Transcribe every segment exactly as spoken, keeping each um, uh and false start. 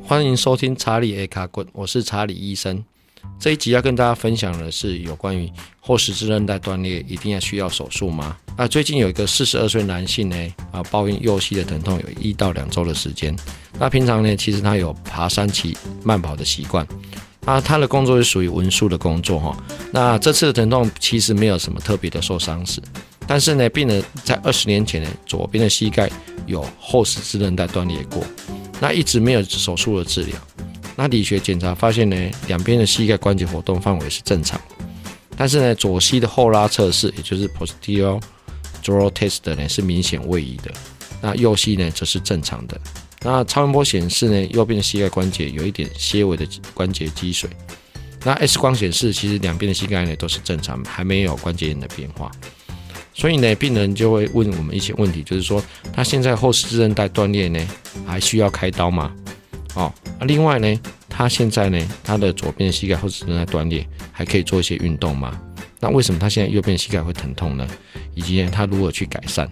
欢迎收听查理 A 卡棍，我是查理医生。这一集要跟大家分享的是有关于后十字韧带断裂一定要需要手术吗？啊，最近有一个四十二岁男性呢，啊，抱怨右膝的疼痛有一到两周的时间。那平常呢，其实他有爬山、骑慢跑的习惯。啊，他的工作是属于文书的工作哈。那这次的疼痛其实没有什么特别的受伤史，但是呢，病人在二十年前呢，左边的膝盖有后十字韧带断裂过。那一直没有手术的治疗，那理学检查发现呢，两边的膝盖关节活动范围是正常，但是呢，左膝的后拉测试，也就是 posterior draw test 呢是明显位移的，那右膝呢则是正常的。那超音波显示呢，右边的膝盖关节有一点些微的关节积水。那 X 光显示，其实两边的膝盖呢都是正常，还没有关节炎的变化。所以呢，病人就会问我们一些问题，就是说他现在后十字韧带断裂呢，还需要开刀吗？哦，啊、另外呢，他现在呢，他的左边的膝盖后十字韧带断裂，还可以做一些运动吗？那为什么他现在右边的膝盖会疼痛呢？以及呢，他如何去改善？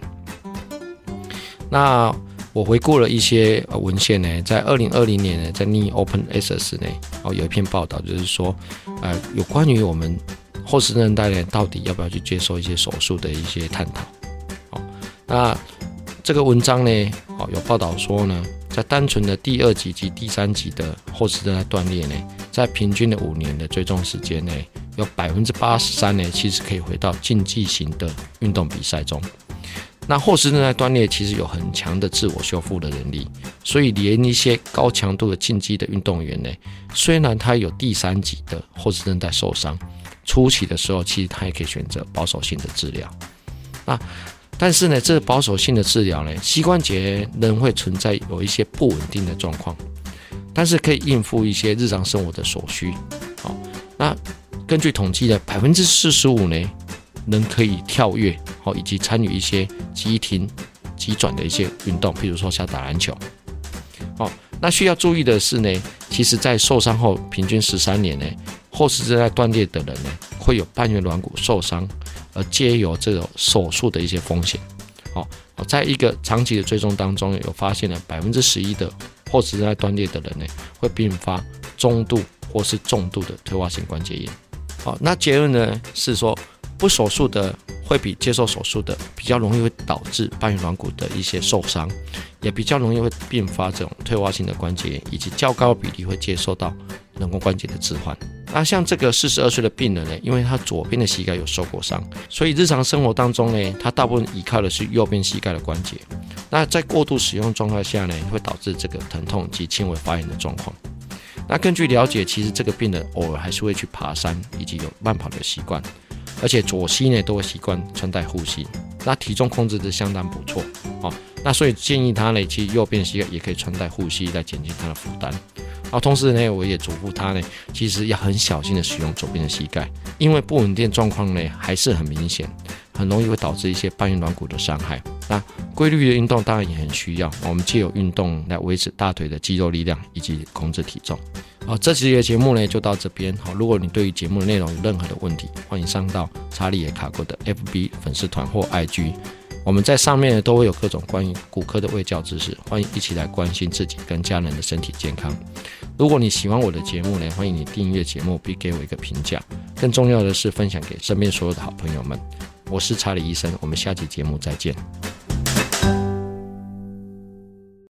那我回顾了一些文献呢，在二零二零年呢，在 Knee Open Access 呢，哦，有一篇报道，就是说，呃，有关于我们后十字韧带呢，到底要不要去接受一些手术的一些探讨。哦，那这个文章呢，哦，有报道说呢，在单纯的第二级及第三级的后十字韧带断裂呢，在平均的五年的追踪时间内，有百分之八十三呢，其实可以回到竞技型的运动比赛中。那后十字韧带断裂其实有很强的自我修复的能力，所以连一些高强度的竞技的运动员呢，虽然他有第三级的后十字韧带受伤，初期的时候其实他也可以选择保守性的治疗。那但是呢，这个保守性的治疗呢，膝关节仍会存在有一些不稳定的状况，但是可以应付一些日常生活的所需。好，那根据统计的百分之四十五呢，人可以跳跃，好，以及参与一些急停、急转的一些运动，譬如说像打篮球。好，那需要注意的是呢，其实在受伤后平均十三年呢，后十字韧带断裂的人呢，会有半月软骨受伤，而皆有这种手术的一些风险。好，在一个长期的追踪当中，有发现了百分之十一的后十字韧带断裂的人呢，会并发中度或是重度的退化性关节炎。好，那结论呢是说，不手术的会比接受手术的比较容易会导致半月软骨的一些受伤，也比较容易会并发这种退化性的关节炎，以及较高比例会接受到人工关节的置换。那像这个四十二岁的病人呢，因为他左边的膝盖有受过伤，所以日常生活当中呢，他大部分依靠的是右边膝盖的关节。那在过度使用状态下呢，会导致这个疼痛及轻微发炎的状况。那根据了解，其实这个病人偶尔还是会去爬山，以及有慢跑的习惯，而且左膝呢都会习惯穿戴护膝，那体重控制的相当不错。哦，那所以建议他呢，其实右边膝盖也可以穿戴护膝来减轻他的负担。然后同时呢，我也嘱咐他呢，其实要很小心的使用左边的膝盖，因为不稳定状况呢还是很明显，很容易会导致一些半月软骨的伤害。那规律的运动当然也很需要，我们藉由运动来维持大腿的肌肉力量以及控制体重。好，这期的节目呢就到这边。好，如果你对于节目的内容有任何的问题，欢迎上到查理也卡过的 F B 粉丝团或 I G， 我们在上面都会有各种关于骨科的卫教知识，欢迎一起来关心自己跟家人的身体健康。如果你喜欢我的节目呢，欢迎你订阅节目并给我一个评价，更重要的是分享给身边所有的好朋友们。我是查理医生，我们下期节目再见。